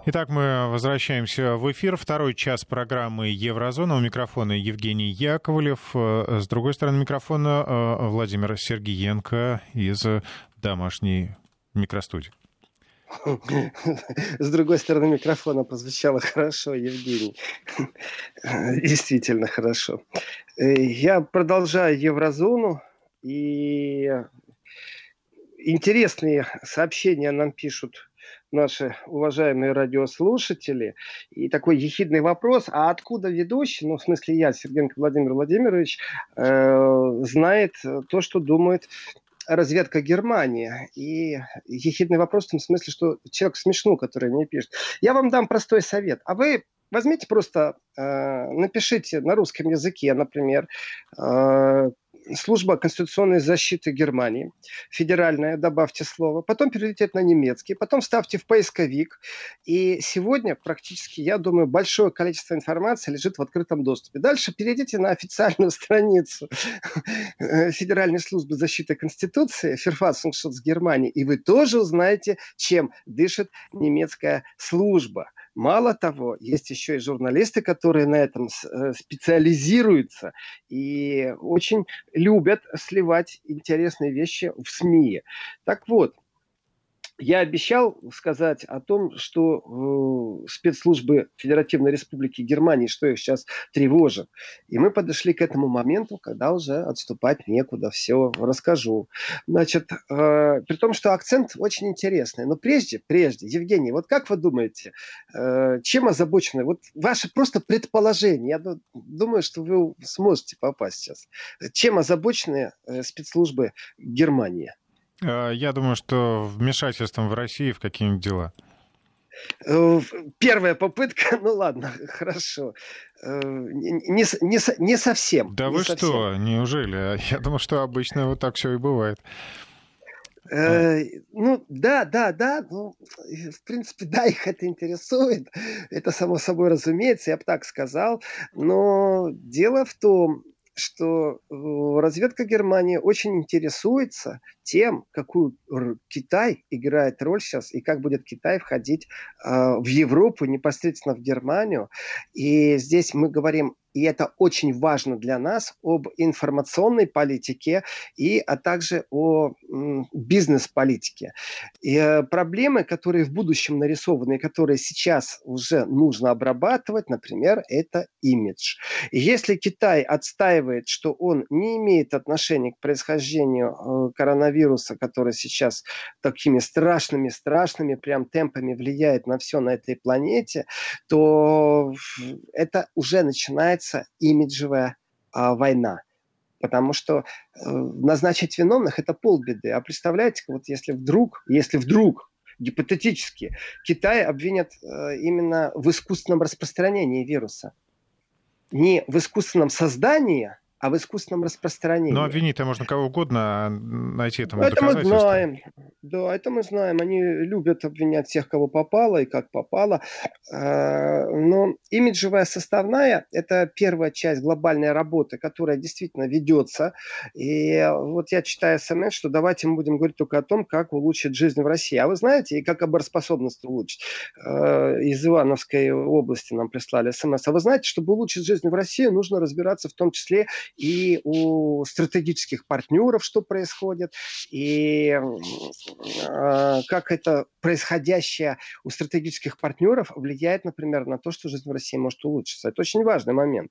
Итак, мы возвращаемся в эфир. Второй час программы «Еврозона». У микрофона Евгений Яковлев. С другой стороны микрофона Владимир Сергиенко из домашней микростудии. С другой стороны микрофона прозвучало хорошо, Евгений. Действительно хорошо. Я продолжаю Еврозону. И интересные сообщения нам пишут наши уважаемые радиослушатели. И такой ехидный вопрос: а откуда ведущий, в смысле я, Сергеенко Владимир Владимирович, знает то, что думает разведка Германии? И ехидный вопрос в том смысле, что человек смешно, который мне пишет. Я вам дам простой совет. А вы возьмите просто, напишите на русском языке, например, служба конституционной защиты Германии, федеральная, добавьте слово, потом переведите это на немецкий, потом вставьте в поисковик. И сегодня практически, я думаю, большое количество информации лежит в открытом доступе. Дальше перейдите на официальную страницу Федеральной службы защиты Конституции, Verfassungsschutz Германии, и вы тоже узнаете, чем дышит немецкая служба. Мало того, есть еще и журналисты, которые на этом специализируются и очень любят сливать интересные вещи в СМИ. Так вот, я обещал сказать о том, что спецслужбы Федеративной Республики Германии, что их сейчас тревожит. И мы подошли к этому моменту, когда уже отступать некуда. Все расскажу. Значит, при том, что акцент очень интересный. Но прежде, Евгений, вот как вы думаете, чем озабочены? Вот ваше просто предположение. Я думаю, что вы сможете попасть сейчас. Чем озабочены спецслужбы Германии? Я думаю, что вмешательством в России в какие-нибудь дела. Первая попытка, ну ладно, хорошо. Не совсем. Да вы что, неужели? Я думаю, что обычно вот так все и бывает. Ну, да. Ну, в принципе, да, их это интересует. Это само собой разумеется, я бы так сказал. Но дело в том, что разведка Германии очень интересуется тем, какую Китай играет роль сейчас и как будет Китай входить в Европу, непосредственно в Германию. И здесь мы говорим, и это очень важно для нас, об информационной политике а также о бизнес-политике. И проблемы, которые в будущем нарисованы, и которые сейчас уже нужно обрабатывать, например, это имидж. И если Китай отстаивает, что он не имеет отношения к происхождению коронавируса, который сейчас такими страшными прям темпами влияет на все на этой планете, то это уже начинается имиджевая война. Потому что назначить виновных – это полбеды. А представляете, вот если вдруг, гипотетически, Китай обвинят именно в искусственном распространении вируса. Не в искусственном создании, а в искусственном распространении. Но обвинить-то можно кого угодно, найти этому это доказательства. Мы знаем. Да, это мы знаем. Они любят обвинять всех, кого попало и как попало. Но имиджевая составная – это первая часть глобальной работы, которая действительно ведется. И вот я читаю СМС, что давайте мы будем говорить только о том, как улучшить жизнь в России. А вы знаете, и как обороспособность улучшить? Из Ивановской области нам прислали СМС. А вы знаете, чтобы улучшить жизнь в России, нужно разбираться в том числе и у стратегических партнеров, что происходит, и как это происходящее у стратегических партнеров влияет, например, на то, что жизнь в России может улучшиться. Это очень важный момент.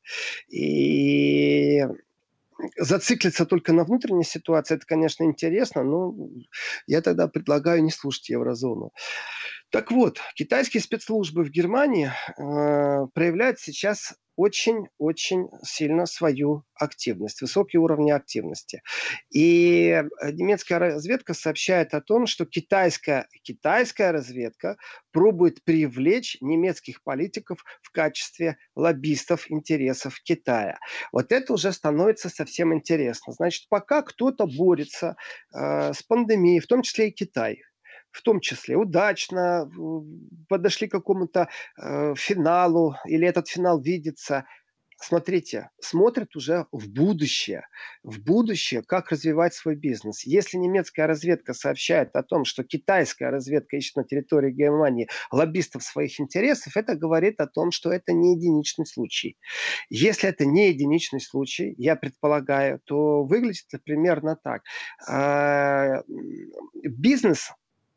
И зациклиться только на внутренней ситуации, это, конечно, интересно, но я тогда предлагаю не слушать Еврозону. Так вот, китайские спецслужбы в Германии проявляют сейчас очень сильно свою активность, высокие уровни активности. И немецкая разведка сообщает о том, что китайская разведка пробует привлечь немецких политиков в качестве лоббистов интересов Китая. Вот это уже становится совсем интересно. Значит, пока кто-то борется с пандемией, в том числе и Китай, в том числе удачно подошли к какому-то финалу, или этот финал видится, смотрите, смотрят уже в будущее, как развивать свой бизнес. Если немецкая разведка сообщает о том, что китайская разведка ищет на территории Германии лоббистов своих интересов, это говорит о том, что это не единичный случай. Если это не единичный случай, я предполагаю, то выглядит это примерно так. Бизнес,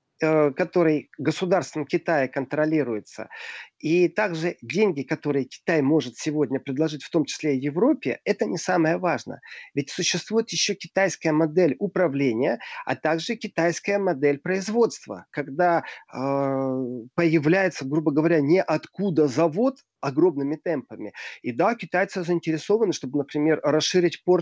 который государством Китая контролируется, и также деньги, которые Китай может сегодня предложить, в том числе и Европе, это не самое важное. Ведь существует еще китайская модель управления, а также китайская модель производства, когда появляется, грубо говоря, ниоткуда завод огромными темпами. И да, китайцы заинтересованы, чтобы, например, расширить порт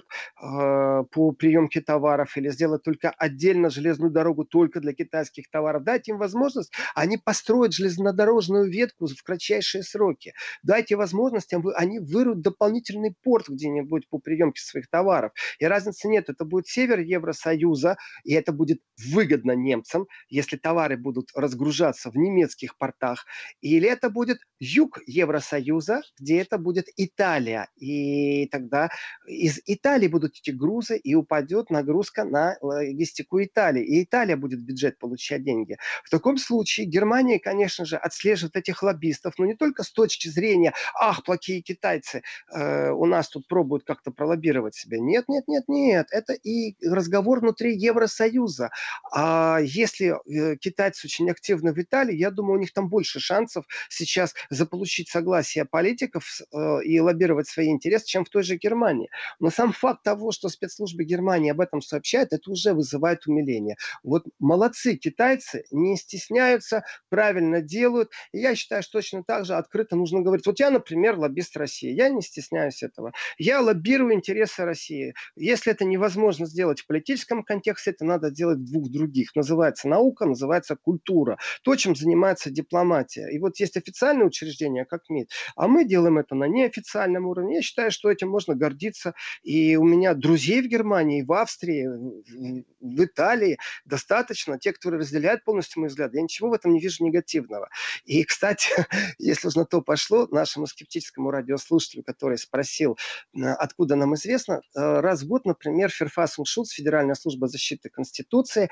по приемке товаров или сделать только отдельно железную дорогу только для китайских товаров. Дайте им возможность, они построят железнодорожную ветку в кратчайшие сроки. Дайте возможность, они вырвут дополнительный порт где-нибудь по приемке своих товаров. И разницы нет. Это будет север Евросоюза, и это будет выгодно немцам, если товары будут разгружаться в немецких портах. Или это будет юг Евросоюза, где это будет Италия. И тогда из Италии будут эти грузы, и упадет нагрузка на логистику Италии. И Италия будет в бюджет получать деньги. В таком случае Германия, конечно же, отслеживает этих лоббистов, но не только с точки зрения, ах, плохие китайцы, у нас тут пробуют как-то пролоббировать себя. Нет, нет, нет, нет. Это и разговор внутри Евросоюза. А если китайцы очень активны в Италии, я думаю, у них там больше шансов сейчас заполучить согласие политиков и лоббировать свои интересы, чем в той же Германии. Но сам факт того, что спецслужбы Германии об этом сообщают, это уже вызывает умиление. Вот молодцы китайцы, не стесняются, правильно делают. И я считаю, что точно так же открыто нужно говорить. Вот я, например, лоббист России. Я не стесняюсь этого. Я лоббирую интересы России. Если это невозможно сделать в политическом контексте, это надо делать в двух других. Называется наука, называется культура. То, чем занимается дипломатия. И вот есть официальные учреждения, как МИД, а мы делаем это на неофициальном уровне. Я считаю, что этим можно гордиться. И у меня друзей в Германии, в Австрии, в Италии достаточно. Те, которые разделяют полностью мой взгляд. Я ничего в этом не вижу негативного. И, кстати, если уж на то пошло, нашему скептическому радиослушателю, который спросил, откуда нам известно, раз в год, например, Verfassungsschutz, Федеральная служба защиты Конституции,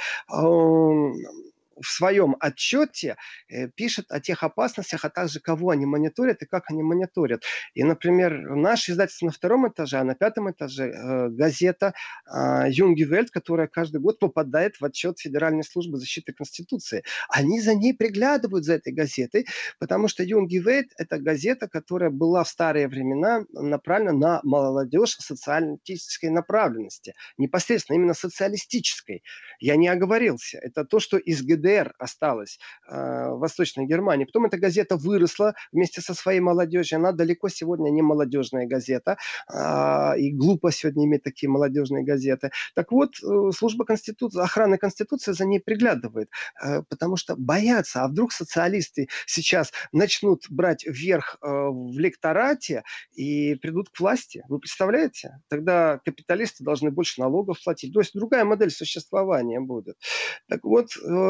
в своем отчете пишет о тех опасностях, а также кого они мониторят и как они мониторят. И, например, наше издательство на втором этаже, а на пятом этаже газета «Юнги Вельт», которая каждый год попадает в отчет Федеральной службы защиты Конституции. Они за ней приглядывают, за этой газетой, потому что «Юнги Вельт» — это газета, которая была в старые времена направлена на молодежь социалистической направленности. Непосредственно именно социалистической. Я не оговорился. Это то, что из ГДР осталось в Восточной Германии. Потом эта газета выросла вместе со своей молодежью. Она далеко сегодня не молодежная газета. И глупо сегодня иметь такие молодежные газеты. Так вот, служба охраны Конституции за ней приглядывает. Потому что боятся, а вдруг социалисты сейчас начнут брать вверх в лекторате и придут к власти. Вы представляете? Тогда капиталисты должны больше налогов платить. То есть другая модель существования будет. Так вот,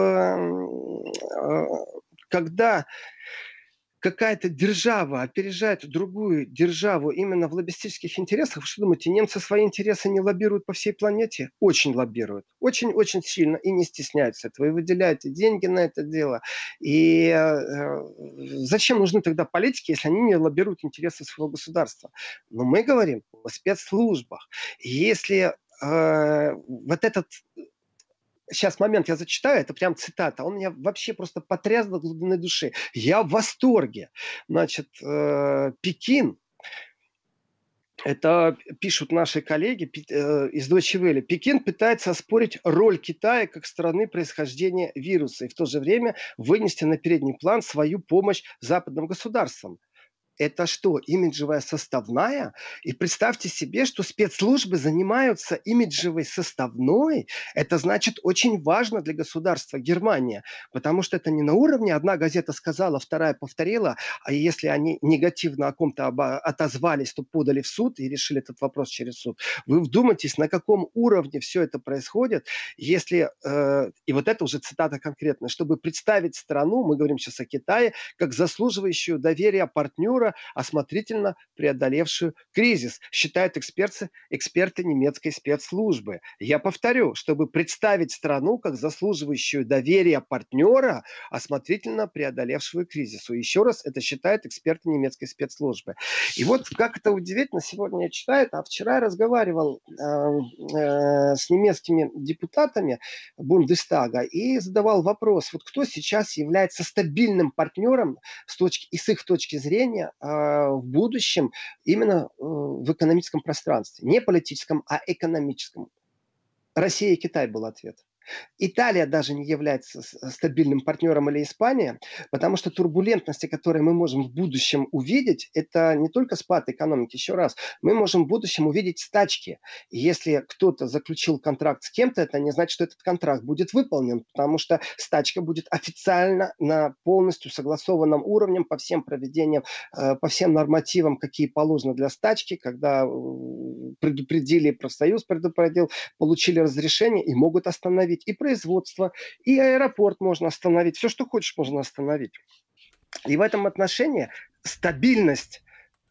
когда какая-то держава опережает другую державу именно в лоббистических интересах, вы что думаете, немцы свои интересы не лоббируют по всей планете? Очень лоббируют. Очень-очень сильно и не стесняются этого. И выделяют деньги на это дело. И зачем нужны тогда политики, если они не лоббируют интересы своего государства? Но мы говорим о спецслужбах. Если вот этот сейчас момент я зачитаю, это прям цитата. Он меня вообще просто потряс до глубины души. Я в восторге. Значит, Пекин, это пишут наши коллеги из Deutsche Welle. Пекин пытается оспорить роль Китая как страны происхождения вируса и в то же время вынести на передний план свою помощь западным государствам. Это что, имиджевая составная? И представьте себе, что спецслужбы занимаются имиджевой составной. Это значит очень важно для государства Германия. Потому что это не на уровне одна газета сказала, вторая повторила. А если они негативно о ком-то отозвались, то подали в суд и решили этот вопрос через суд. Вы вдумайтесь, на каком уровне все это происходит. Если, и вот это уже цитата конкретная, чтобы представить страну, мы говорим сейчас о Китае, как заслуживающую доверия партнера, партнера, осмотрительно преодолевшую кризис, считают эксперты немецкой спецслужбы. Я повторю, чтобы представить страну как заслуживающую доверия партнера, осмотрительно преодолевшую кризис. Еще раз, это считают эксперты немецкой спецслужбы. И вот как это удивительно, сегодня я читаю, а вчера я разговаривал с немецкими депутатами Бундестага и задавал вопрос, вот кто сейчас является стабильным партнером с их точки зрения в будущем именно в экономическом пространстве. Не политическом, а экономическом. Россия и Китай был ответ. Италия даже не является стабильным партнером или Испания, потому что турбулентности, которые мы можем в будущем увидеть, это не только спад экономики. Еще раз, мы можем в будущем увидеть стачки. И если кто-то заключил контракт с кем-то, это не значит, что этот контракт будет выполнен, потому что стачка будет официально на полностью согласованном уровне по всем проведениям, по всем нормативам, какие положены для стачки, когда предупредили, профсоюз предупредил, получили разрешение и могут остановить и производство, и аэропорт можно остановить. Все, что хочешь, можно остановить. И в этом отношении стабильность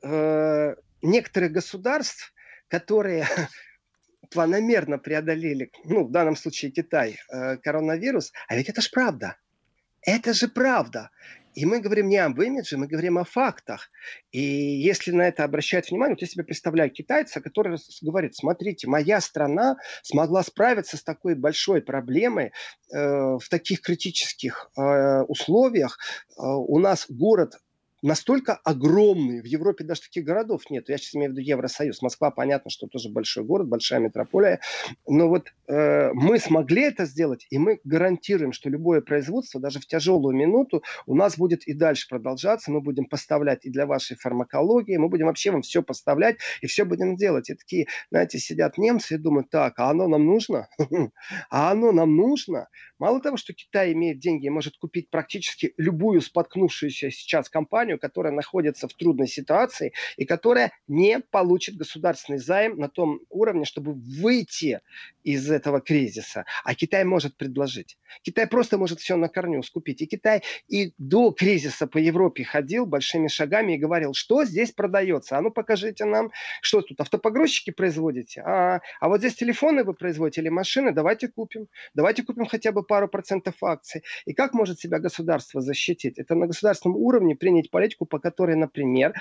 некоторых государств, которые планомерно преодолели, в данном случае Китай, коронавирус, а ведь это же правда. Это же правда. И мы говорим не об имидже, мы говорим о фактах. И если на это обращать внимание, вот я себе представляю китайца, который говорит, смотрите, моя страна смогла справиться с такой большой проблемой в таких критических условиях. У нас город настолько огромный, в Европе даже таких городов нет. Я сейчас имею в виду Евросоюз. Москва, понятно, что тоже большой город, большая метрополия. Но вот мы смогли это сделать, и мы гарантируем, что любое производство, даже в тяжелую минуту, у нас будет и дальше продолжаться. Мы будем поставлять и для вашей фармакологии, мы будем вообще вам все поставлять, и все будем делать. И такие, знаете, сидят немцы и думают, так, а оно нам нужно? А оно нам нужно? Мало того, что Китай имеет деньги и может купить практически любую споткнувшуюся сейчас компанию, которая находится в трудной ситуации и которая не получит государственный займ на том уровне, чтобы выйти из этого кризиса. А Китай может предложить. Китай просто может все на корню скупить. И Китай и до кризиса по Европе ходил большими шагами и говорил, что здесь продается. А ну покажите нам, что тут автопогрузчики производите. А вот здесь телефоны вы производите или машины, давайте купим. Давайте купим хотя бы пару процентов акций. И как может себя государство защитить? Это на государственном уровне принять политику, по которой, например,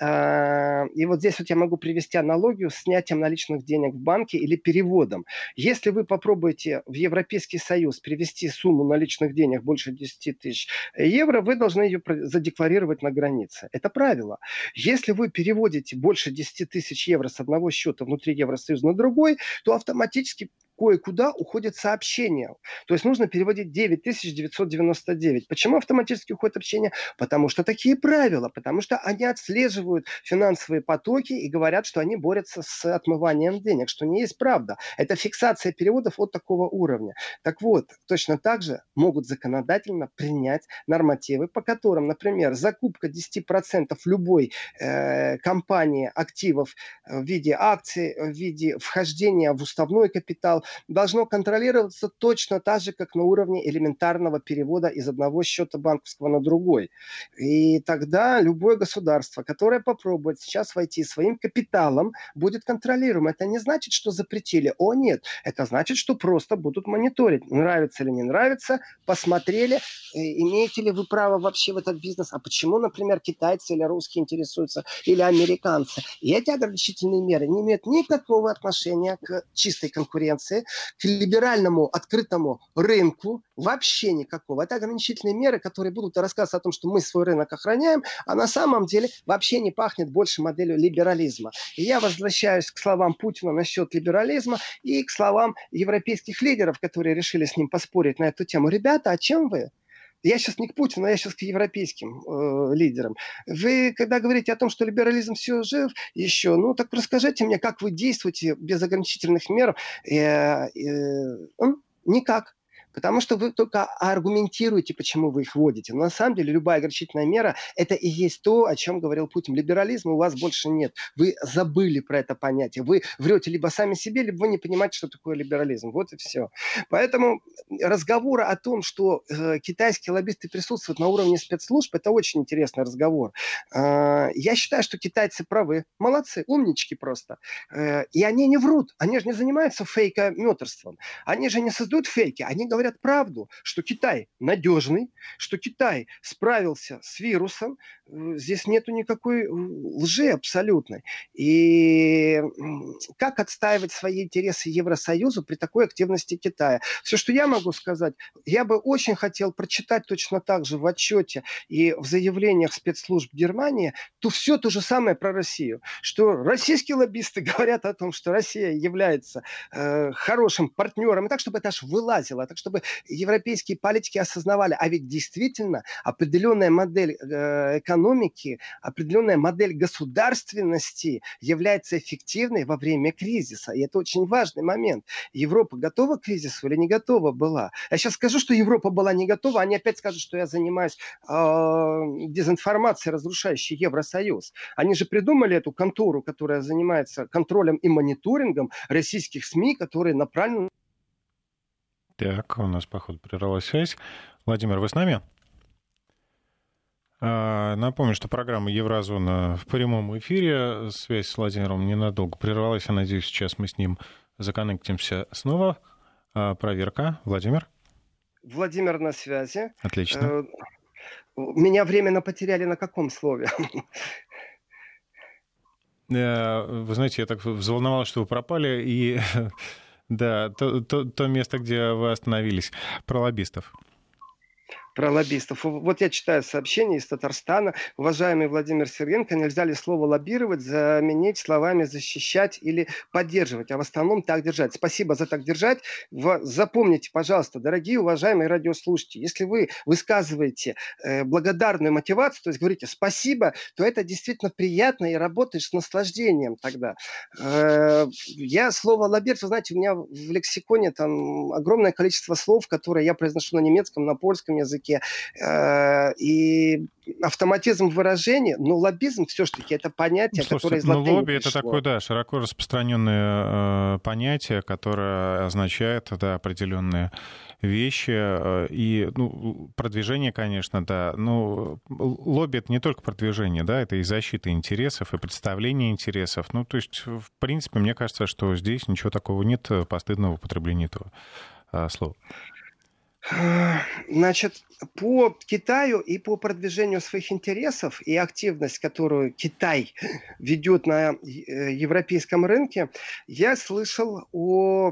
и вот здесь вот я могу привести аналогию с снятием наличных денег в банке или переводом. Если вы попробуете в Европейский Союз перевести сумму наличных денег больше 10 тысяч евро, вы должны ее задекларировать на границе. Это правило. Если вы переводите больше 10 тысяч евро с одного счета внутри Евросоюза на другой, то автоматически кое-куда уходит сообщение. То есть нужно переводить 9999. Почему автоматически уходит общение? Потому что такие правила, потому что они отслеживают финансовые потоки и говорят, что они борются с отмыванием денег, что не есть правда. Это фиксация переводов от такого уровня. Так вот, точно так же могут законодательно принять нормативы, по которым, например, закупка 10% любой компании активов в виде акций, в виде вхождения в уставной капитал, должно контролироваться точно так же, как на уровне элементарного перевода из одного счета банковского на другой. И тогда любое государство, которое попробует сейчас войти своим капиталом, будет контролируемо. Это не значит, что запретили. О, нет. Это значит, что просто будут мониторить. Нравится или не нравится, посмотрели, имеете ли вы право вообще в этот бизнес, а почему, например, китайцы или русские интересуются, или американцы. И эти ограничительные меры не имеют никакого отношения к чистой конкуренции, к либеральному открытому рынку, вообще никакого. Это ограничительные меры, которые будут рассказывать о том, что мы свой рынок охраняем, а на самом деле вообще не пахнет больше моделью либерализма. И я возвращаюсь к словам Путина насчет либерализма и к словам европейских лидеров, которые решили с ним поспорить на эту тему. Ребята, а чем вы? Я сейчас не к Путину, я сейчас к европейским лидерам. Вы, когда говорите о том, что либерализм все жив еще, так расскажите мне, как вы действуете без ограничительных мер. Никак. Потому что вы только аргументируете, почему вы их вводите. Но на самом деле любая ограничительная мера – это и есть то, о чем говорил Путин. Либерализма у вас больше нет. Вы забыли про это понятие. Вы врете либо сами себе, либо вы не понимаете, что такое либерализм. Вот и все. Поэтому разговоры о том, что китайские лоббисты присутствуют на уровне спецслужб, это очень интересный разговор. Я считаю, что китайцы правы. Молодцы, умнички просто. И они не врут. Они же не занимаются фейкометрством. Они же не создают фейки. Они говорят правду, что Китай надежный, что Китай справился с вирусом. Здесь нету никакой лжи абсолютной. И как отстаивать свои интересы Евросоюзу при такой активности Китая? Все, что я могу сказать, я бы очень хотел прочитать точно так же в отчете и в заявлениях спецслужб Германии все то же самое про Россию. Что российские лоббисты говорят о том, что Россия является хорошим партнером, и так, чтобы это аж вылазило, так, чтобы европейские политики осознавали, а ведь действительно определенная модель экономики, определенная модель государственности является эффективной во время кризиса. И это очень важный момент. Европа готова к кризису или не готова была? Я сейчас скажу, что Европа была не готова, они опять скажут, что я занимаюсь дезинформацией, разрушающей Евросоюз. Они же придумали эту контору, которая занимается контролем и мониторингом российских СМИ, которые направлены... Так, у нас, походу, прервалась связь. Владимир, вы с нами? Напомню, что программа «Еврозона» в прямом эфире. Связь с Владимиром ненадолго прервалась. Я надеюсь, сейчас мы с ним законнектимся снова. Проверка. Владимир? Владимир на связи. Отлично. Меня временно потеряли на каком слове? Вы знаете, я так взволновался, что вы пропали. И да, то место, где вы остановились, про лоббистов. Про лоббистов. Вот я читаю сообщение из Татарстана. Уважаемый Владимир Сергеенко, нельзя ли слово «лоббировать» заменить словами «защищать» или «поддерживать», а в основном «так держать». Спасибо за «так держать». Запомните, пожалуйста, дорогие уважаемые радиослушатели, если вы высказываете благодарную мотивацию, то есть говорите «спасибо», то это действительно приятно и работаешь с наслаждением тогда. Я слово «лоббировать», вы знаете, у меня в лексиконе там огромное количество слов, которые я произношу на немецком, на польском языке, и автоматизм выражения, но лоббизм все-таки это понятие, которое из латыни лобби пришло. Это такое, да, широко распространенное понятие, которое означает определенные вещи и продвижение, конечно, да. Но лобби — это не только продвижение, да, это и защита интересов, и представление интересов. То есть, в принципе, мне кажется, что здесь ничего такого нет постыдного употребления этого слова. Значит, по Китаю и по продвижению своих интересов и активность, которую Китай ведет на европейском рынке, я слышал о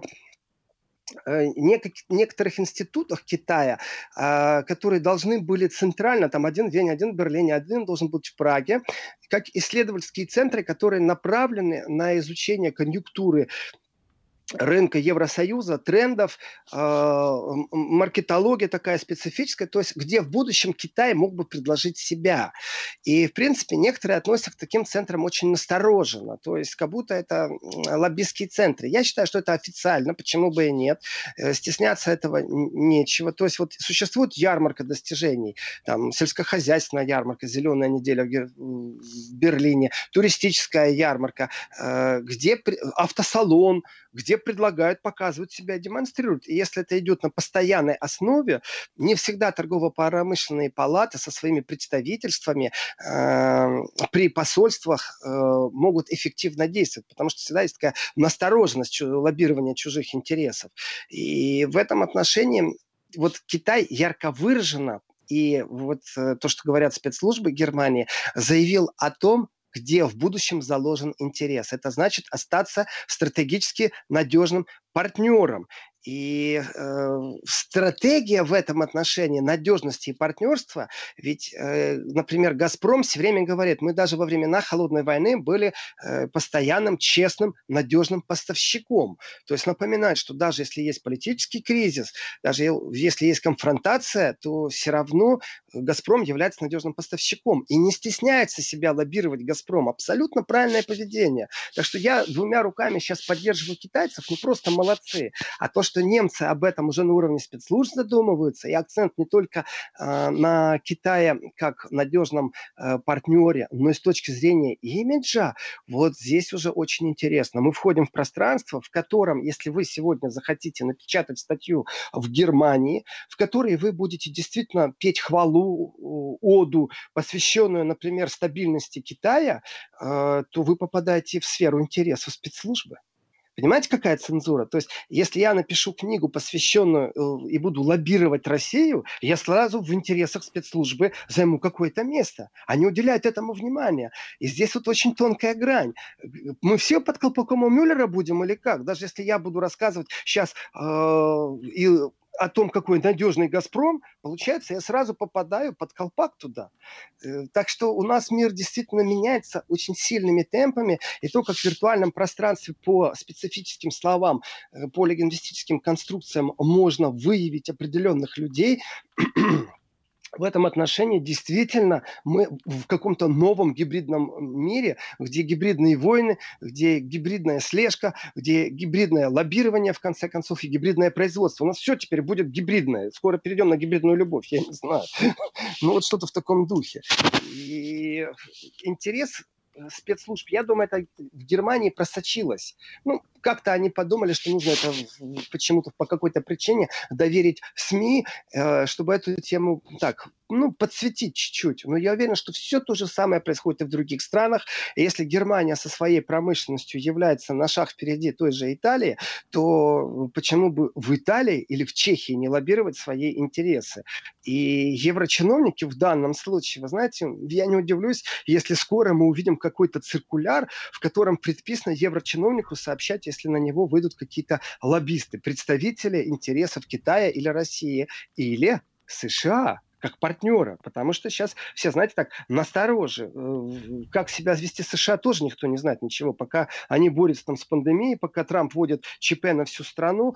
некоторых институтах Китая, которые должны были центрально, там один в Вене, один в Берлине, один должен быть в Праге, как исследовательские центры, которые направлены на изучение конъюнктуры рынка Евросоюза, трендов, маркетология такая специфическая, то есть где в будущем Китай мог бы предложить себя. И, в принципе, некоторые относятся к таким центрам очень настороженно, то есть как будто это лоббистские центры. Я считаю, что это официально, почему бы и нет. Стесняться этого нечего. То есть вот существует ярмарка достижений, там сельскохозяйственная ярмарка, зеленая неделя в Берлине, туристическая ярмарка, где автосалон, где предлагают, показывают себя, демонстрируют. И если это идет на постоянной основе, не всегда торгово-промышленные палаты со своими представительствами при посольствах могут эффективно действовать, потому что всегда есть такая настороженность лоббирования чужих интересов. И в этом отношении вот Китай ярко выраженно, и вот то, что говорят спецслужбы Германии, заявил о том, где в будущем заложен интерес. Это значит остаться стратегически надежным партнером. И стратегия в этом отношении надежности и партнерства, ведь, например, «Газпром» все время говорит, мы даже во времена Холодной войны были постоянным, честным, надежным поставщиком. То есть напоминает, что даже если есть политический кризис, даже если есть конфронтация, то все равно «Газпром» является надежным поставщиком. И не стесняется себя лоббировать «Газпром». Абсолютно правильное поведение. Так что я двумя руками сейчас поддерживаю китайцев, не просто молодцы, молодцы. А то, что немцы об этом уже на уровне спецслужб задумываются, и акцент не только на Китае как надежном партнере, но и с точки зрения имиджа, вот здесь уже очень интересно. Мы входим в пространство, в котором, если вы сегодня захотите напечатать статью в Германии, в которой вы будете действительно петь хвалу, оду, посвященную, например, стабильности Китая, то вы попадаете в сферу интересов спецслужбы. Понимаете, какая цензура? То есть, если я напишу книгу, посвященную и буду лоббировать Россию, я сразу в интересах спецслужбы займу какое-то место. Они уделяют этому внимание. И здесь вот очень тонкая грань. Мы все под колпаком у Мюллера будем или как? Даже если я буду рассказывать сейчас и о том, какой надежный «Газпром», получается, я сразу попадаю под колпак туда. Так что у нас мир действительно меняется очень сильными темпами, и то, как в виртуальном пространстве по специфическим словам, по лингвистическим конструкциям можно выявить определенных людей, в этом отношении действительно мы в каком-то новом гибридном мире, где гибридные войны, где гибридная слежка, где гибридное лоббирование, в конце концов, и гибридное производство. У нас все теперь будет гибридное. Скоро перейдем на гибридную любовь, я не знаю. Ну вот что-то в таком духе. И интерес спецслужб, я думаю, это в Германии просочилось. Ну, как-то они подумали, что нужно это почему-то по какой-то причине доверить СМИ, чтобы эту тему так, подсветить чуть-чуть. Но я уверен, что все то же самое происходит и в других странах. И если Германия со своей промышленностью является на шаг впереди той же Италии, то почему бы в Италии или в Чехии не лоббировать свои интересы? И еврочиновники в данном случае, вы знаете, я не удивлюсь, если скоро мы увидим какой-то циркуляр, в котором предписано еврочиновнику сообщать, если на него выйдут какие-то лоббисты, представители интересов Китая или России, или США, как партнера, потому что сейчас все, знаете, так настороже. Как себя вести США, тоже никто не знает ничего. Пока они борются там с пандемией, пока Трамп вводит ЧП на всю страну,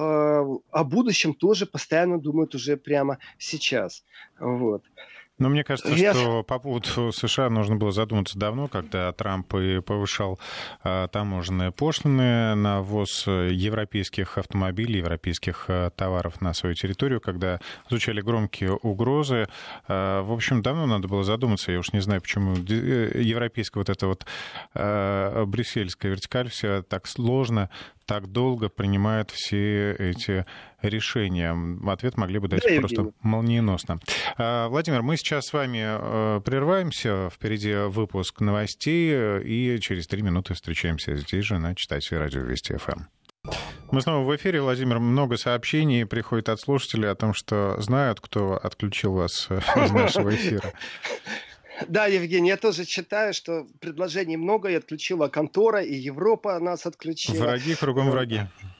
о будущем тоже постоянно думают уже прямо сейчас. Вот. Но мне кажется, что по поводу США нужно было задуматься давно, когда Трамп и повышал таможенные пошлины на ввоз европейских автомобилей, европейских товаров на свою территорию, когда звучали громкие угрозы. В общем, давно надо было задуматься. Я уж не знаю, почему европейская вот эта вот брюссельская вертикаль вся так сложно, так долго принимает все эти решения. Ответ могли бы дать просто молниеносно. Владимир, мы сейчас с вами прерываемся. Впереди выпуск новостей, и через 3 минуты встречаемся здесь же на читателе радио Вести ФМ. Мы снова в эфире. Владимир, много сообщений приходит от слушателей о том, что знают, кто отключил вас из нашего эфира. Да, Евгений, я тоже читаю, что предложений много, и отключила контора, и Европа нас отключила. Враги кругом враги.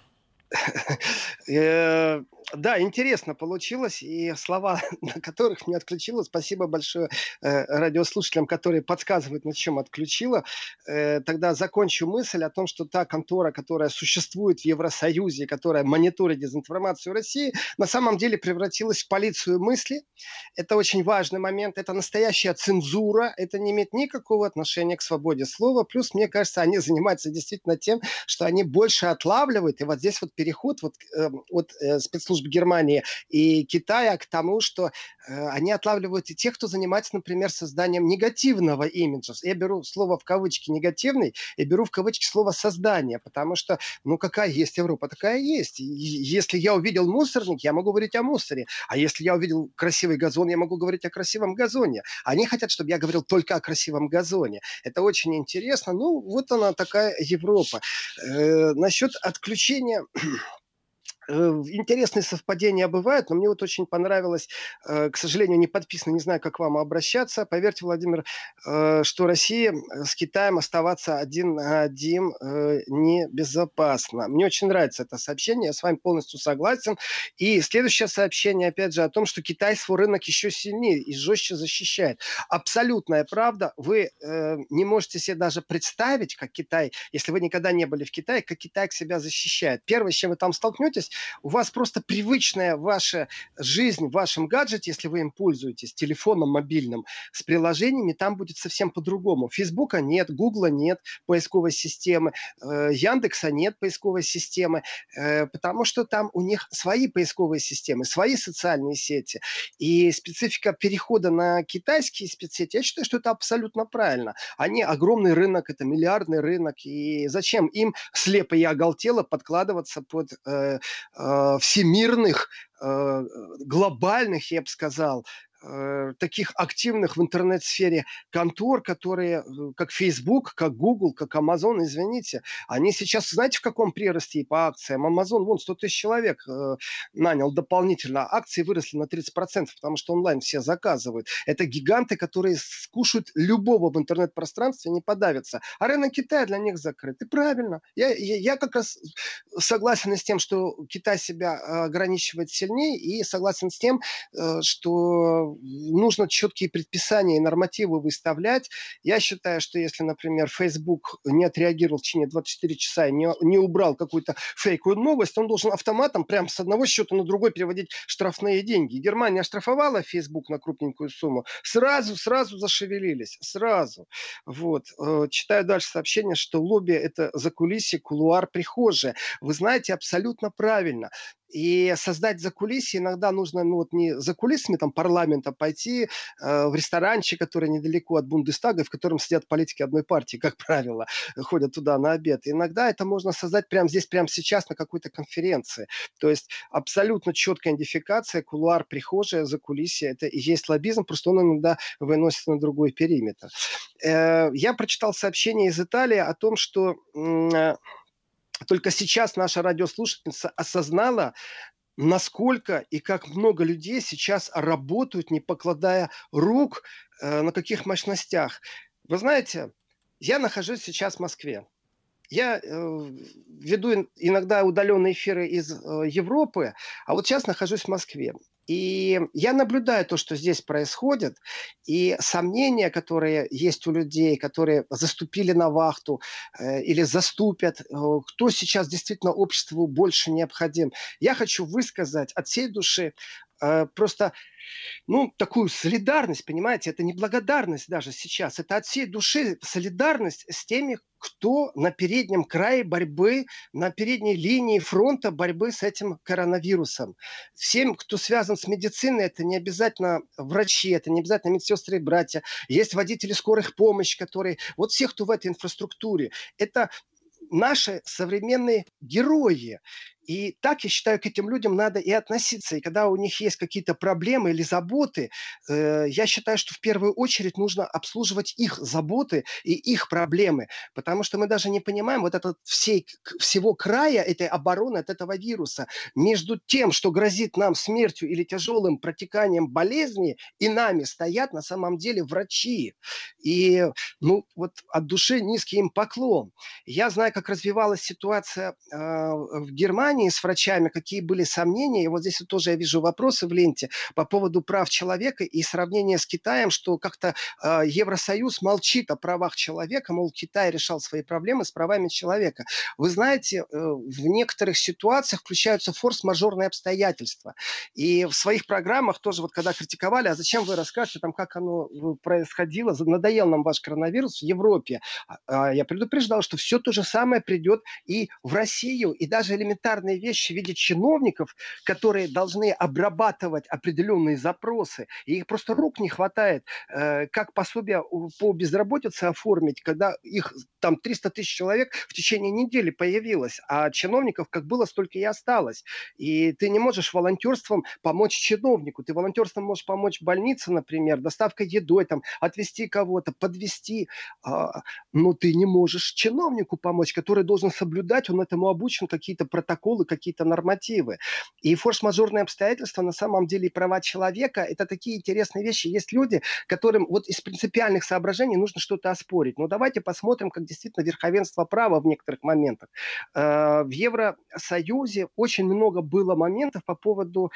Да, интересно получилось, и слова, на которых не отключила, спасибо большое радиослушателям, которые подсказывают, на чем отключила. Тогда закончу мысль о том, что та контора, которая существует в Евросоюзе, которая мониторит дезинформацию России, на самом деле превратилась в полицию мысли. Это очень важный момент, это настоящая цензура, это не имеет никакого отношения к свободе слова. Плюс, мне кажется, они занимаются действительно тем, что они больше отлавливают, и вот здесь вот переход от спецслужб Германии и Китая к тому, что они отлавливают и тех, кто занимается, например, созданием негативного имиджа. Я беру слово в кавычки «негативный» и беру в кавычки слово «создание», потому что, какая есть Европа, такая есть. И если я увидел мусорник, я могу говорить о мусоре. А если я увидел красивый газон, я могу говорить о красивом газоне. Они хотят, чтобы я говорил только о красивом газоне. Это очень интересно. Вот она такая Европа. Насчет отключения... Интересные совпадения бывают, но мне вот очень понравилось, к сожалению, не подписано, не знаю, как вам обращаться. Поверьте, Владимир, что Россия с Китаем оставаться один на один небезопасно. Мне очень нравится это сообщение, я с вами полностью согласен. И следующее сообщение, опять же, о том, что Китай свой рынок еще сильнее и жестче защищает. Абсолютная правда. Вы не можете себе даже представить, как Китай, если вы никогда не были в Китае, как Китай себя защищает. Первое, с чем вы там столкнетесь, у вас просто привычная ваша жизнь в вашем гаджете, если вы им пользуетесь, телефоном мобильным, с приложениями, там будет совсем по-другому. Фейсбука нет, Гугла нет, поисковой системы, Яндекса нет поисковой системы, потому что там у них свои поисковые системы, свои социальные сети. И специфика перехода на китайские спецсети, я считаю, что это абсолютно правильно. Они огромный рынок, это миллиардный рынок, и зачем им слепо и оголтело подкладываться под всемирных, глобальных, я бы сказал, таких активных в интернет-сфере контор, которые, как Facebook, как Google, как Amazon, извините, они сейчас, знаете, в каком приросте и по акциям? Amazon, вон, 100 тысяч человек нанял дополнительно. Акции выросли на 30%, потому что онлайн все заказывают. Это гиганты, которые скушают любого в интернет-пространстве, не подавятся. А рынок Китая для них закрыт. И правильно. Я как раз согласен с тем, что Китай себя ограничивает сильнее, и согласен с тем, что нужно четкие предписания и нормативы выставлять. Я считаю, что если, например, Facebook не отреагировал в течение 24 часа и не убрал какую-то фейковую новость, он должен автоматом прямо с одного счета на другой переводить штрафные деньги. Германия оштрафовала Facebook на крупненькую сумму. Сразу зашевелились. Сразу. Вот. Читаю дальше сообщение, что лобби – это закулисье, кулуар, прихожая. Вы знаете, абсолютно правильно. И создать закулисье иногда нужно, не за кулисами там, парламента пойти в ресторанчик, который недалеко от Бундестага, в котором сидят политики одной партии, как правило, ходят туда на обед. И иногда это можно создать прямо здесь, прямо сейчас на какой-то конференции. То есть абсолютно четкая идентификация, кулуар, прихожая, закулисье. Это и есть лоббизм, просто он иногда выносится на другой периметр. Я прочитал сообщение из Италии о том, что только сейчас наша радиослушательница осознала, насколько и как много людей сейчас работают, не покладая рук, на каких мощностях. Вы знаете, я нахожусь сейчас в Москве. Я веду иногда удаленные эфиры из Европы, а вот сейчас нахожусь в Москве. И я наблюдаю то, что здесь происходит, и сомнения, которые есть у людей, которые заступили на вахту или заступят, кто сейчас действительно обществу больше необходим. Я хочу высказать от всей души просто такую солидарность, понимаете, это не благодарность даже сейчас, это от всей души солидарность с теми, кто на переднем крае борьбы, на передней линии фронта борьбы с этим коронавирусом. Всем, кто связан с медициной, это не обязательно врачи, это не обязательно медсестры и братья, есть водители скорых помощи, которые, вот всех, кто в этой инфраструктуре, это наши современные герои. И так, я считаю, к этим людям надо и относиться. И когда у них есть какие-то проблемы или заботы, я считаю, что в первую очередь нужно обслуживать их заботы и их проблемы. Потому что мы даже не понимаем вот этот всего края этой обороны от этого вируса. Между тем, что грозит нам смертью или тяжелым протеканием болезни, и нами стоят на самом деле врачи. И вот от души низкий им поклон. Я знаю, как развивалась ситуация в Германии с врачами, какие были сомнения. И вот здесь вот тоже я вижу вопросы в ленте по поводу прав человека и сравнение с Китаем, что как-то Евросоюз молчит о правах человека, мол, Китай решал свои проблемы с правами человека. Вы знаете, в некоторых ситуациях включаются форс-мажорные обстоятельства. И в своих программах тоже, вот когда критиковали, а зачем вы расскажете, там, как оно происходило, надоел нам ваш коронавирус в Европе. Я предупреждал, что все то же самое придет и в Россию, и даже элементарные вещи в виде чиновников, которые должны обрабатывать определенные запросы, и их просто рук не хватает, как пособие по безработице оформить, когда их там 300 тысяч человек в течение недели появилось, а чиновников как было, столько и осталось. И ты не можешь волонтерством помочь чиновнику, ты волонтерством можешь помочь больнице, например, доставкой едой, там, отвезти кого-то, подвезти, но ты не можешь чиновнику помочь, который должен соблюдать, он этому обучен, какие-то протоколы, какие-то нормативы. И форс-мажорные обстоятельства, на самом деле, и права человека, это такие интересные вещи. Есть люди, которым вот из принципиальных соображений нужно что-то оспорить. Но давайте посмотрим, как действительно верховенство права в некоторых моментах. В Евросоюзе очень много было моментов по поводу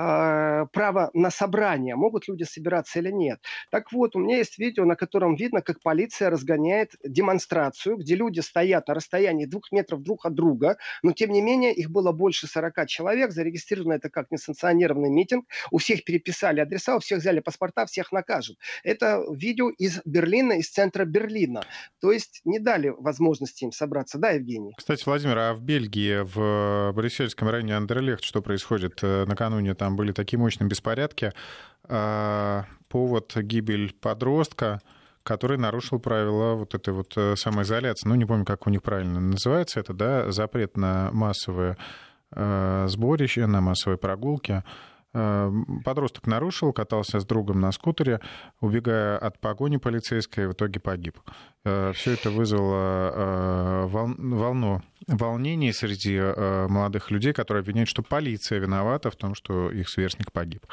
права на собрание. Могут люди собираться или нет. Так вот, у меня есть видео, на котором видно, как полиция разгоняет демонстрацию, где люди стоят на расстоянии 2 метров друг от друга, но тем не менее их них было больше 40 человек, зарегистрировано это как несанкционированный митинг, у всех переписали адреса, у всех взяли паспорта, всех накажут. Это видео из Берлина, из центра Берлина. То есть не дали возможности им собраться. Да, Евгений? Кстати, Владимир, а в Бельгии, в брюссельском районе Андерлехт, что происходит? Накануне там были такие мощные беспорядки. Повод — гибель подростка, который нарушил правила вот этой вот самоизоляции. Ну, не помню, как у них правильно называется это, да, запрет на массовые сборища, на массовые прогулки. Подросток нарушил, катался с другом на скутере, убегая от погони полицейской, в итоге погиб. Все это вызвало волну волнений среди молодых людей, которые обвиняют, что полиция виновата в том, что их сверстник погиб.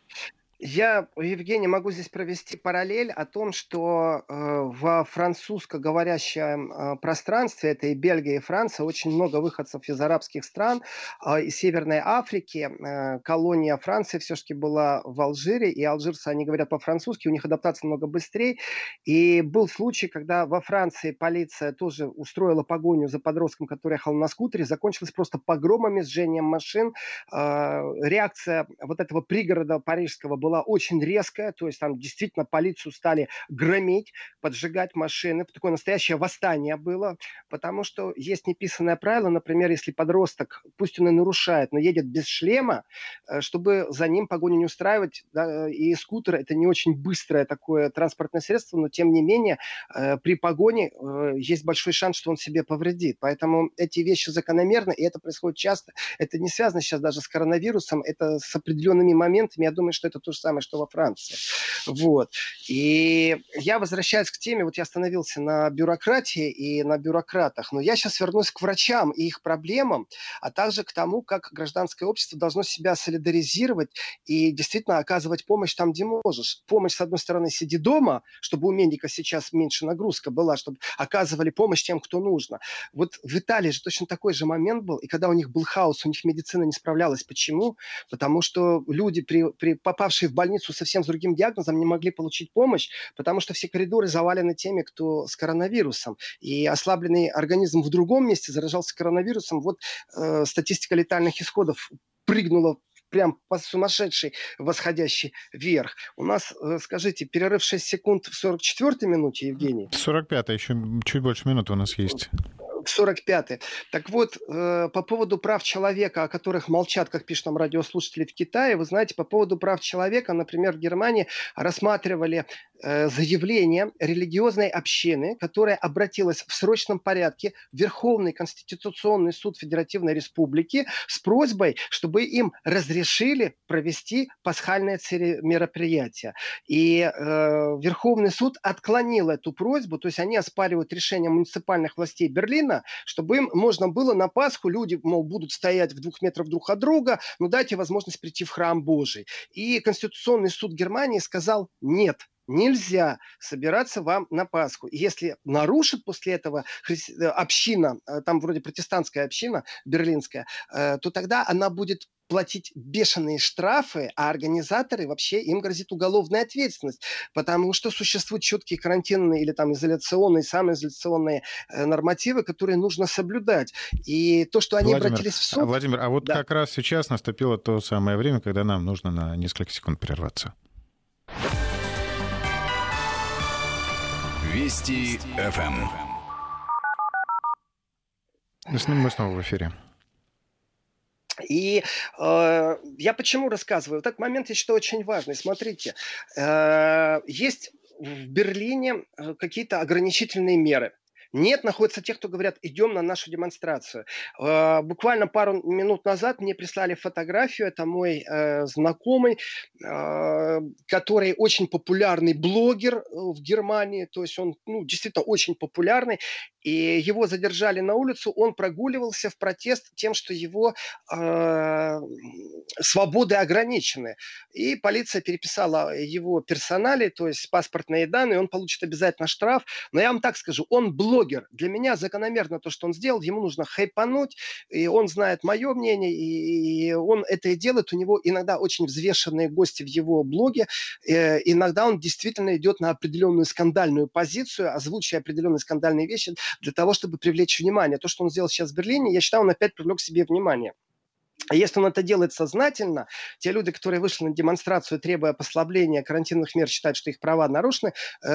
Я, Евгений, могу здесь провести параллель о том, что во французскоговорящем пространстве, это и Бельгия, и Франция, очень много выходцев из арабских стран, из Северной Африки. Колония Франции все-таки была в Алжире, и алжирцы, они говорят по-французски, у них адаптация намного быстрее. И был случай, когда во Франции полиция тоже устроила погоню за подростком, который ехал на скутере, закончилась просто погромами, сжением машин. Реакция вот этого пригорода парижского была очень резкая, то есть там действительно полицию стали громить, поджигать машины. Такое настоящее восстание было, потому что есть неписанное правило, например, если подросток, пусть он и нарушает, но едет без шлема, чтобы за ним погоню не устраивать, да, и скутер — это не очень быстрое такое транспортное средство, но тем не менее при погоне есть большой шанс, что он себе повредит. Поэтому эти вещи закономерны, и это происходит часто. Это не связано сейчас даже с коронавирусом, это с определенными моментами. Я думаю, что это то же самое, что во Франции. Вот. И я возвращаюсь к теме, вот я остановился на бюрократии и на бюрократах, но я сейчас вернусь к врачам и их проблемам, а также к тому, как гражданское общество должно себя солидаризировать и действительно оказывать помощь там, где можешь. Помощь, с одной стороны, сиди дома, чтобы у медика сейчас меньше нагрузка была, чтобы оказывали помощь тем, кто нужно. Вот в Италии же точно такой же момент был, и когда у них был хаос, у них медицина не справлялась. Почему? Потому что люди, попавшие в больницу совсем с другим диагнозом, не могли получить помощь, потому что все коридоры завалены теми, кто с коронавирусом. И ослабленный организм в другом месте заражался коронавирусом. Вот статистика летальных исходов прыгнула прям по сумасшедшей восходящей вверх. У нас, скажите, перерыв 6 секунд в 44-й минуте, Евгений? 45-я, еще чуть больше минуты у нас есть. 45-й. Так вот, по поводу прав человека, о которых молчат, как пишут нам радиослушатели в Китае, вы знаете, по поводу прав человека, например, в Германии рассматривали заявление религиозной общины, которая обратилась в срочном порядке в Верховный Конституционный суд Федеративной Республики с просьбой, чтобы им разрешили провести пасхальное мероприятие. И Верховный суд отклонил эту просьбу, то есть они оспаривают решение муниципальных властей Берлина, чтобы им можно было на Пасху, люди, мол, будут стоять в 2 метрах друг от друга, но дайте возможность прийти в храм Божий. И Конституционный суд Германии сказал: нет, нельзя собираться вам на Пасху. И если нарушит после этого община, там вроде протестантская община берлинская, то тогда она будет платить бешеные штрафы, а организаторы, вообще им грозит уголовная ответственность, потому что существуют четкие карантинные или там изоляционные, самоизоляционные нормативы, которые нужно соблюдать. И то, что они обратились в суд... Владимир, а вот да, как раз сейчас наступило то самое время, когда нам нужно на несколько секунд прерваться. Вести ФМ. Мы снова в эфире. И я почему рассказываю? Этот момент, я считаю, очень важный. Смотрите, есть в Берлине какие-то ограничительные меры. Нет, находятся те, кто говорят: идем на нашу демонстрацию. Буквально пару минут назад мне прислали фотографию. Это мой знакомый, который очень популярный блогер в Германии. То есть он действительно очень популярный. И его задержали на улицу. Он прогуливался в протест тем, что его свободы ограничены. И полиция переписала его персонали, то есть паспортные данные. Он получит обязательно штраф. Но я вам так скажу, он блогер. Для меня закономерно то, что он сделал. Ему нужно хайпануть, и он знает мое мнение, и он это и делает. У него иногда очень взвешенные гости в его блоге. Иногда он действительно идет на определенную скандальную позицию, озвучивая определенные скандальные вещи. для того, чтобы привлечь внимание. То, что он сделал сейчас в Берлине, я считаю, он опять привлек к себе внимание. А если он это делает сознательно, те люди, которые вышли на демонстрацию, требуя послабления карантинных мер, считают, что их права нарушены,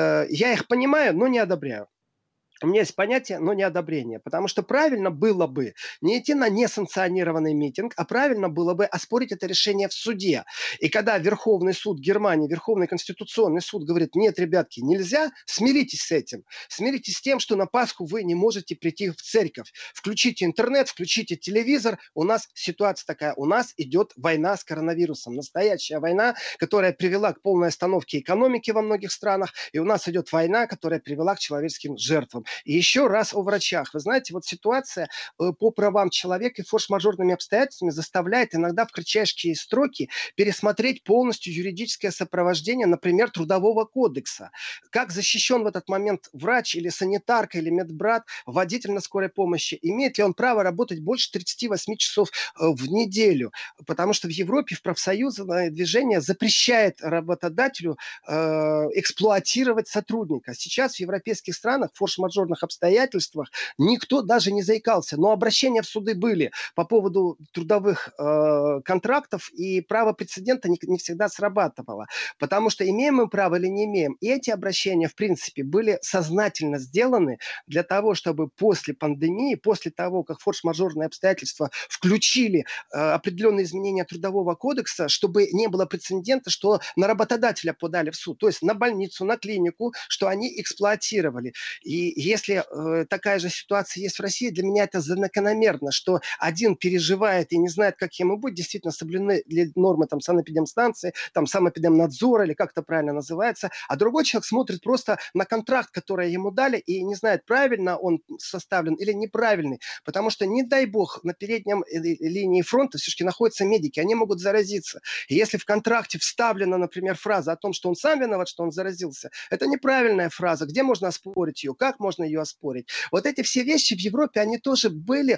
я их понимаю, но не одобряю. У меня есть понятие, но не одобрение. Потому что правильно было бы не идти на несанкционированный митинг, а правильно было бы оспорить это решение в суде. И когда Верховный суд Германии, Верховный конституционный суд говорит, нет, ребятки, нельзя, смиритесь с этим. Смиритесь с тем, что на Пасху вы не можете прийти в церковь. Включите интернет, включите телевизор. У нас ситуация такая. У нас идет война с коронавирусом. Настоящая война, которая привела к полной остановке экономики во многих странах. И у нас идет война, которая привела к человеческим жертвам. И еще раз о врачах. Вы знаете, вот ситуация по правам человека и форс-мажорными обстоятельствами заставляет иногда в кратчайшие строки пересмотреть полностью юридическое сопровождение, например, Трудового кодекса. Как защищен в этот момент врач или санитарка или медбрат, водитель на скорой помощи? Имеет ли он право работать больше 38 часов в неделю? Потому что в Европе в профсоюзное движение запрещает работодателю эксплуатировать сотрудника. Сейчас в европейских странах форс-мажорных обстоятельствах никто даже не заикался. Но обращения в суды были по поводу трудовых контрактов, и право прецедента не всегда срабатывало. Потому что имеем мы право или не имеем. И эти обращения, в принципе, были сознательно сделаны для того, чтобы после пандемии, после того, как форс-мажорные обстоятельства включили определенные изменения Трудового кодекса, чтобы не было прецедента, что на работодателя подали в суд, то есть на больницу, на клинику, что они эксплуатировали. И если такая же ситуация есть в России, для меня это закономерно, что один переживает и не знает, как ему быть, действительно соблюдены ли нормы там, санэпидемстанции, там, санэпидемнадзора, или как это правильно называется, а другой человек смотрит просто на контракт, который ему дали, и не знает, правильно он составлен или неправильный, потому что, не дай бог, на переднем линии фронта все-таки находятся медики, они могут заразиться. И если в контракте вставлена, например, фраза о том, что он сам виноват, что он заразился, это неправильная фраза. Где можно оспорить ее? Как можно ее оспорить? Вот эти все вещи в Европе, они тоже были,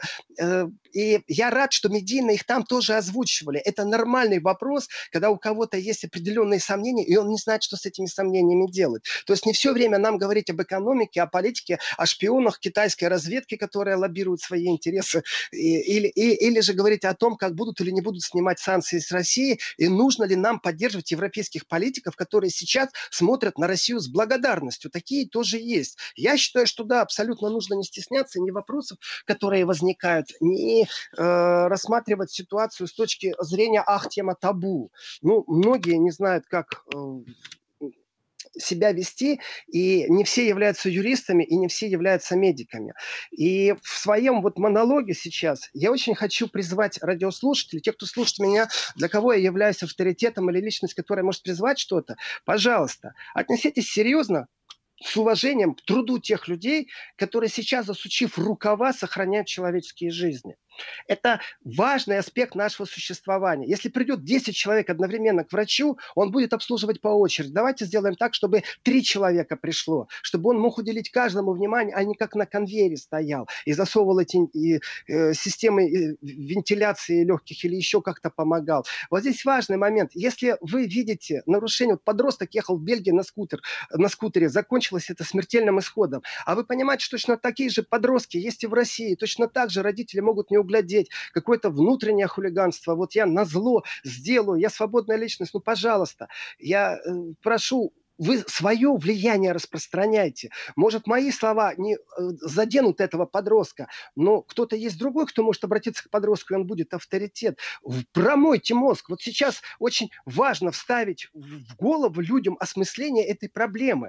и я рад, что медийно их там тоже озвучивали. Это нормальный вопрос, когда у кого-то есть определенные сомнения, и он не знает, что с этими сомнениями делать. То есть не все время нам говорить об экономике, о политике, о шпионах китайской разведки, которая лоббирует свои интересы, или же говорить о том, как будут или не будут снимать санкции с России, и нужно ли нам поддерживать европейских политиков, которые сейчас смотрят на Россию с благодарностью. Такие тоже есть. Я считаю, что да, абсолютно нужно не стесняться ни вопросов, которые возникают, ни рассматривать ситуацию с точки зрения тема табу. Ну, многие не знают, как себя вести, и не все являются юристами, и не все являются медиками. И в своем вот монологе сейчас я очень хочу призвать радиослушателей, тех, кто слушает меня, для кого я являюсь авторитетом или личность, которая может призвать что-то, пожалуйста, отнеситесь серьезно, с уважением к труду тех людей, которые сейчас, засучив рукава, сохраняют человеческие жизни. Это важный аспект нашего существования. Если придет 10 человек одновременно к врачу, он будет обслуживать по очереди. Давайте сделаем так, чтобы 3 человека пришло, чтобы он мог уделить каждому внимание, а не как на конвейере стоял и засовывал эти системы вентиляции легких или еще как-то помогал. Вот здесь важный момент. Если вы видите нарушение, вот подросток ехал в Бельгии на скутере, закончилось это смертельным исходом, а вы понимаете, что точно такие же подростки есть и в России, точно так же родители могут не углядеть какое-то внутреннее хулиганство. Вот я назло сделаю, я свободная личность. Ну, пожалуйста, я прошу, вы свое влияние распространяйте. Может, мои слова не заденут этого подростка, но кто-то есть другой, кто может обратиться к подростку, и он будет авторитет. Промойте мозг. Вот сейчас очень важно вставить в голову людям осмысление этой проблемы.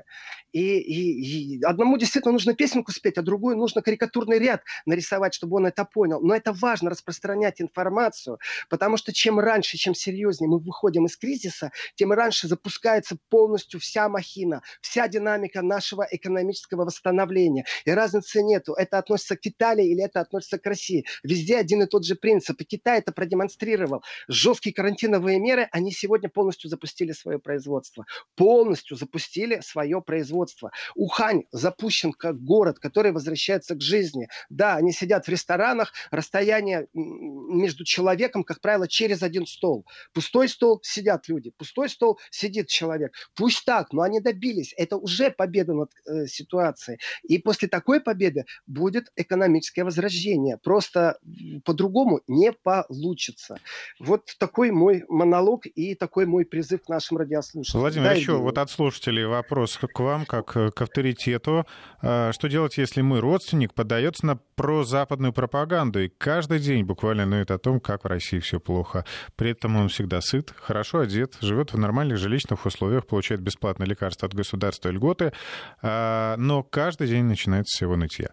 И одному действительно нужно песенку спеть, а другой нужно карикатурный ряд нарисовать, чтобы он это понял. Но это важно распространять информацию, потому что чем раньше, чем серьезнее мы выходим из кризиса, тем раньше запускается полностью вся махина, вся динамика нашего экономического восстановления. И разницы нету. Это относится к Италии или это относится к России. Везде один и тот же принцип. И Китай это продемонстрировал. Жесткие карантиновые меры, они сегодня полностью запустили свое производство. Полностью запустили свое производство. Ухань запущен как город, который возвращается к жизни. Да, они сидят в ресторанах, расстояние между человеком, как правило, через один стол. Пустой стол, сидят люди. Пустой стол, сидит человек. Пусть так. как, но они добились. Это уже победа над ситуацией. И после такой победы будет экономическое возрождение. Просто по-другому не получится. Вот такой мой монолог и такой мой призыв к нашим радиослушателям. Владимир, Да, еще Евгений? вот от слушателей вопрос к вам, как к авторитету. Что делать, если мой родственник поддается на прозападную пропаганду и каждый день буквально ноет о том, как в России все плохо? При этом он всегда сыт, хорошо одет, живет в нормальных жилищных условиях, получает бесплатные лекарства от государства, льготы, но каждый день начинается с его нытья.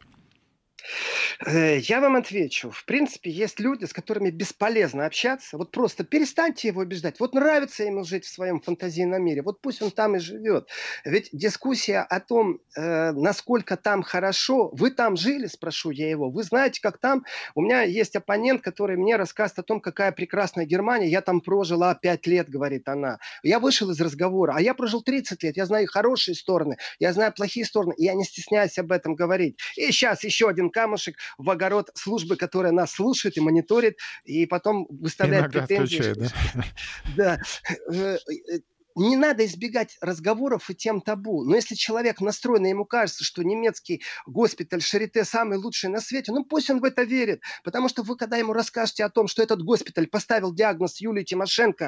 Я вам отвечу. В принципе, есть люди, с которыми бесполезно общаться. Вот просто перестаньте его убеждать. Вот нравится ему жить в своем фантазийном мире. Вот пусть он там и живет. Ведь дискуссия о том, насколько там хорошо. Вы там жили, спрошу я его. Вы знаете, как там? У меня есть оппонент, который мне рассказывает о том, какая прекрасная Германия. Я там прожила 5 лет, говорит она. Я вышел из разговора. А я прожил 30 лет. Я знаю хорошие стороны. Я знаю плохие стороны. И я не стесняюсь об этом говорить. И сейчас еще один камушек в огород службы, которая нас слушает и мониторит, и потом выставляет Иногда претензии. отключает, да? Да. Не надо избегать разговоров и тем табу. Но если человек настроен, и ему кажется, что немецкий госпиталь Шарите самый лучший на свете, ну пусть он в это верит. Потому что вы, когда ему расскажете о том, что этот госпиталь поставил диагноз Юлии Тимошенко,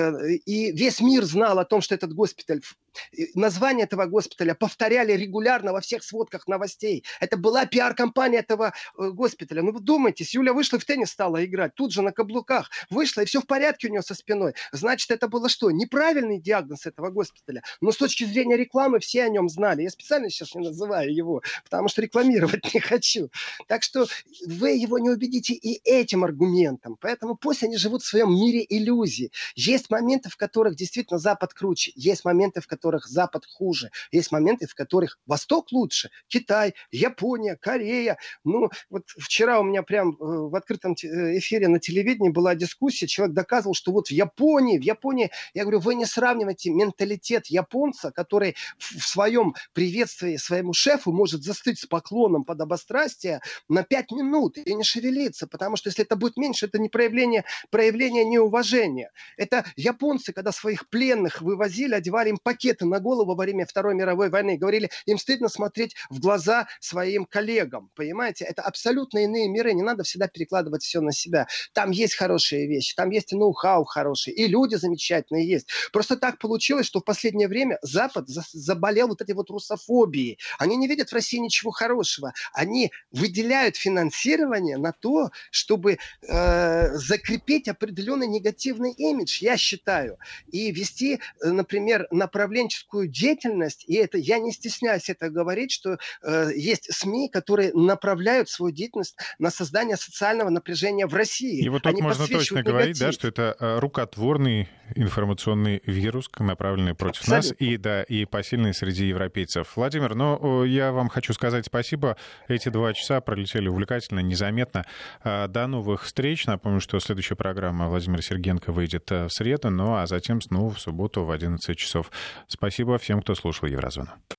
и весь мир знал о том, что этот госпиталь, название этого госпиталя повторяли регулярно во всех сводках новостей. Это была пиар-компания этого госпиталя. Ну вы думаете, Юля вышла в теннис, стала играть, тут же на каблуках. Вышла, и все в порядке у нее со спиной. Значит, это было что? Неправильный диагноз этого госпиталя. Но с точки зрения рекламы все о нем знали. Я специально сейчас не называю его, потому что рекламировать не хочу. Так что вы его не убедите и этим аргументом. Поэтому пусть они живут в своем мире иллюзий. Есть моменты, в которых действительно Запад круче. Есть моменты, в которых Запад хуже. Есть моменты, в которых Восток лучше. Китай, Япония, Корея. Ну, вот вчера у меня прям в открытом эфире на телевидении была дискуссия. Человек доказывал, что вот в Японии, я говорю, вы не сравнивайте менталитет японца, который в своем приветствии своему шефу может застыть с поклоном подобострастия на 5 минут и не шевелиться, потому что если это будет меньше, это не проявление неуважения. Это японцы, когда своих пленных вывозили, одевали им пакеты на голову во время Второй мировой войны, говорили, им стыдно смотреть в глаза своим коллегам, понимаете? Это абсолютно иные миры, не надо всегда перекладывать все на себя. Там есть хорошие вещи, там есть и ноу-хау хороший, и люди замечательные есть. Просто так получилось, что в последнее время Запад заболел вот этой вот русофобией. Они не видят в России ничего хорошего. Они выделяют финансирование на то, чтобы закрепить определенный негативный имидж, я считаю. И вести, например, направленческую деятельность, и это я не стесняюсь это говорить, что есть СМИ, которые направляют свою деятельность на создание социального напряжения в России. И вот тут можно точно говорить, да, что это рукотворный информационный вирус, направленный против нас, и посильный среди европейцев. Владимир, я вам хочу сказать спасибо. Эти 2 часа пролетели увлекательно, незаметно. До новых встреч. Напомню, что следующая программа Владимира Сергеенко выйдет в среду, а затем снова в субботу в 11 часов. Спасибо всем, кто слушал Еврозону.